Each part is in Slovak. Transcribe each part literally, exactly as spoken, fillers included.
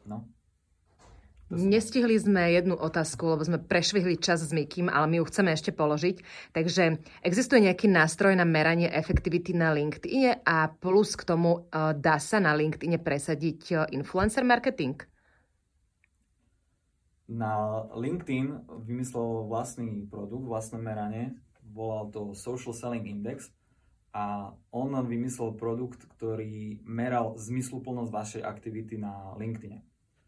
No. Nestihli sme jednu otázku, lebo sme prešvihli čas s Mikým, ale my ju chceme ešte položiť. Takže existuje nejaký nástroj na meranie efektivity na LinkedIne a plus k tomu dá sa na LinkedIne presadiť influencer marketing? Na LinkedIn vymyslel vlastný produkt, vlastné meranie, volal to Social Selling Index a on vymyslel produkt, ktorý meral zmysluplnosť vašej aktivity na LinkedIne.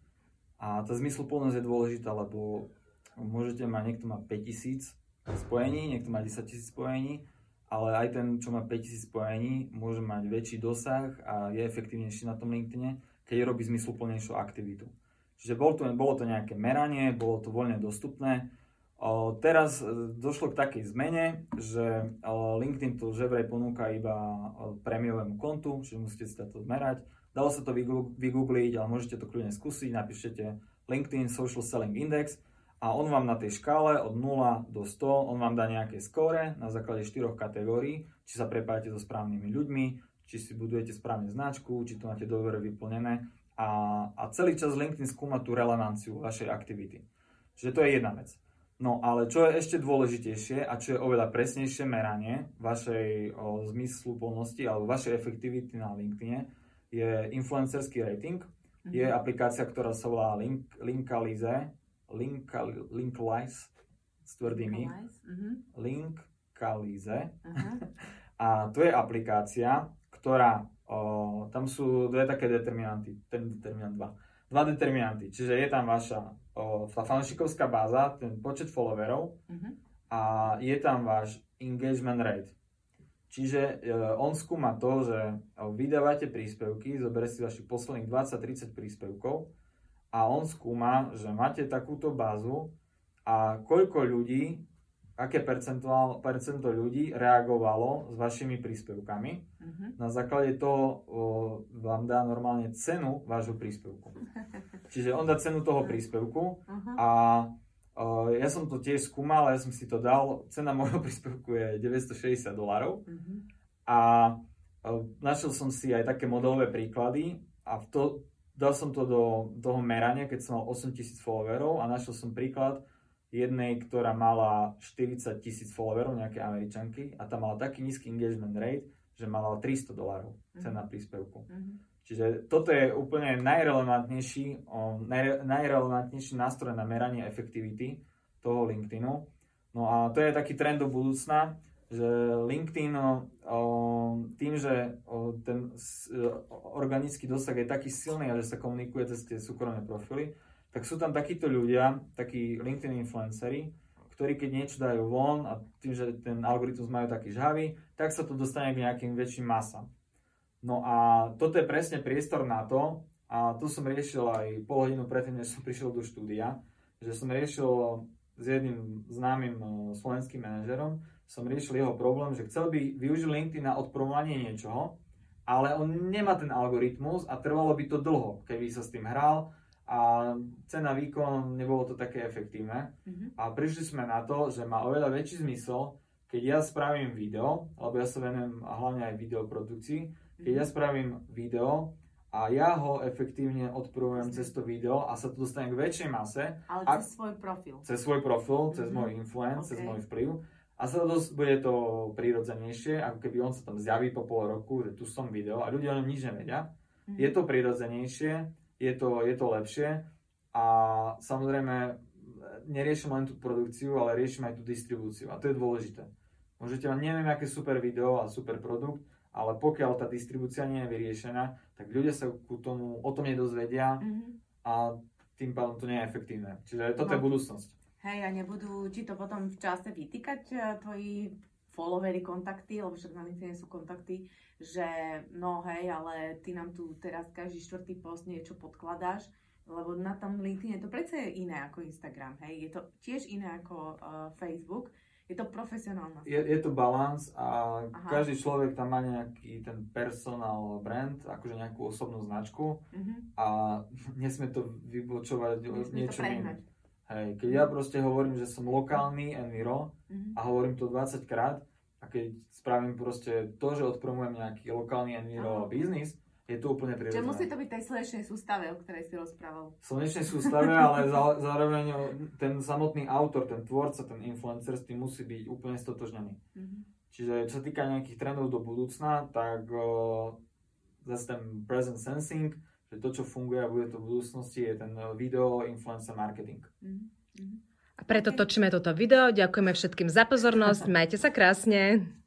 A tá zmysluplnosť je dôležitá, lebo môžete mať, niekto má päťtisíc spojení, niekto má desaťtisíc spojení, ale aj ten, čo má päťtisíc spojení, môže mať väčší dosah a je efektívnejší na tom LinkedIne, keď robí zmysluplnejšiu aktivitu. Čiže bolo to, bolo to nejaké meranie, bolo to voľne dostupné. O, teraz došlo k takej zmene, že o, LinkedIn to že vraj ponúka iba prémiovému kontu, čiže musíte si to zmerať. Dalo sa to vygoogliť, ale môžete to kľudne skúsiť, napíšete LinkedIn Social Selling Index a on vám na tej škále od nula do sto, on vám dá nejaké skóre na základe štyroch kategórií, či sa prepájate so správnymi ľuďmi, či si budujete správne značku, či to máte dobre vyplnené a, a celý čas LinkedIn skúma tú relevanciu vašej aktivity. Čiže to je jedna vec. No ale čo je ešte dôležitejšie a čo je oveľa presnejšie meranie vašej o, zmysluplnosti alebo vašej efektivity na LinkedIne, je influencerský rating. Mm-hmm. Je aplikácia, ktorá sa volá Link, Linkalize, Linkal, Linkalize s tvrdými. Mm-hmm. Linkalize. Uh-huh. A to je aplikácia, ktorá, o, tam sú dve také determinanty, ten determinant dva. Dva determinanty, čiže je tam vaša o, tá fanúšikovská báza, ten počet followerov uh-huh. a je tam váš engagement rate. Čiže e, on skúma to, že vydávate príspevky, zoberie si vašich posledných dvadsať tridsať príspevkov a on skúma, že máte takúto bázu a koľko ľudí, aké percento ľudí reagovalo s vašimi príspevkami. Uh-huh. Na základe toho o, vám dá normálne cenu vášho príspevku. Čiže on dá cenu toho príspevku uh-huh. a Uh, ja som to tiež skúmal, ja som si to dal, cena môjho príspevku je deväťstošesťdesiat dolárov uh-huh. a uh, našiel som si aj také modelové príklady a v to, dal som to do toho merania, keď som mal osemtisíc followerov a našiel som príklad jednej, ktorá mala štyridsať tisíc followerov, nejaké Američanky a tam mala taký nízky engagement rate, že mala tristo dolárov cena uh-huh. príspevku. Uh-huh. Čiže toto je úplne najrelevantnejší, o, najre, najrelevantnejší nástroj na meranie efektivity toho LinkedInu. No a to je taký trend do budúcna, že LinkedIn o, tým, že o, ten s, organický dosah je taký silný a že sa komunikuje cez tie súkromné profily, tak sú tam takíto ľudia, takí LinkedIn influenceri, ktorí keď niečo dajú von a tým, že ten algoritmus majú taký žhavý, tak sa to dostane k nejakým väčším masám. No a toto je presne priestor na to, a tu som riešil aj pol hodinu predtým, než som prišiel do štúdia, že som riešil s jedným známym slovenským manažerom, som riešil jeho problém, že chcel by využiť LinkedIn na odpromovanie niečoho, ale on nemá ten algoritmus a trvalo by to dlho, keby sa s tým hral a cena výkon nebolo to také efektívne. Mm-hmm. A prišli sme na to, že má oveľa väčší zmysel, keď ja spravím video, alebo ja sa venujem hlavne aj videoprodukcii, keď ja spravím video a ja ho efektívne odpromujem cez to video a sa to dostane k väčšej mase. Ale a, cez svoj profil. Cez svoj profil, mm-hmm. cez môj influence, okay. cez môj vplyv. A sa to dosť, bude to prirodzenejšie, ako keby on sa tam zjaví po pol roku, že tu som video a ľudia o ňom nič nevedia. Mm-hmm. Je to prirodzenejšie, je to, je to lepšie a samozrejme neriešim len tú produkciu, ale riešim aj tú distribúciu a to je dôležité. Môžete mať neviem aké super video a super produkt, ale pokiaľ tá distribúcia nie je vyriešená, tak ľudia sa ku tomu o tom nedozvedia mm-hmm. a tým pádom to nie je efektívne. Čiže toto no. je budúcnosť. Hej, a nebudú ti to potom v čase vytýkať tvoji followery, kontakty, lebo však na LinkedIn sú kontakty, že no hej, ale ty nám tu teraz každý štvrtý post niečo podkladáš, lebo na tom LinkedIn je to predsa iné ako Instagram, hej, je to tiež iné ako uh, Facebook. Je to profesionálna. Je, je to balans a Aha. každý človek tam má nejaký ten personal brand, akože nejakú osobnú značku uh-huh. a nesmie to vybočovať niečo iné. Hej, keď ja proste hovorím, že som lokálny Enviro uh-huh. a hovorím to dvadsaťkrát a keď spravím proste to, že odpromujem nejaký lokálny Enviro uh-huh. biznis je to úplne prirodzené. Čiže musí to byť tej slnečnej sústave, o ktorej si rozprával. V slnečnej sústave, ale za, zároveň ten samotný autor, ten tvorca, ten influencer s tým musí byť úplne stotožnený. Mm-hmm. Čiže čo sa týka nejakých trendov do budúcna, tak o, zase ten present sensing, že to, čo funguje a bude to v budúcnosti, je ten video influencer marketing. Mm-hmm. A preto točíme toto video. Ďakujeme všetkým za pozornosť. Majte sa krásne.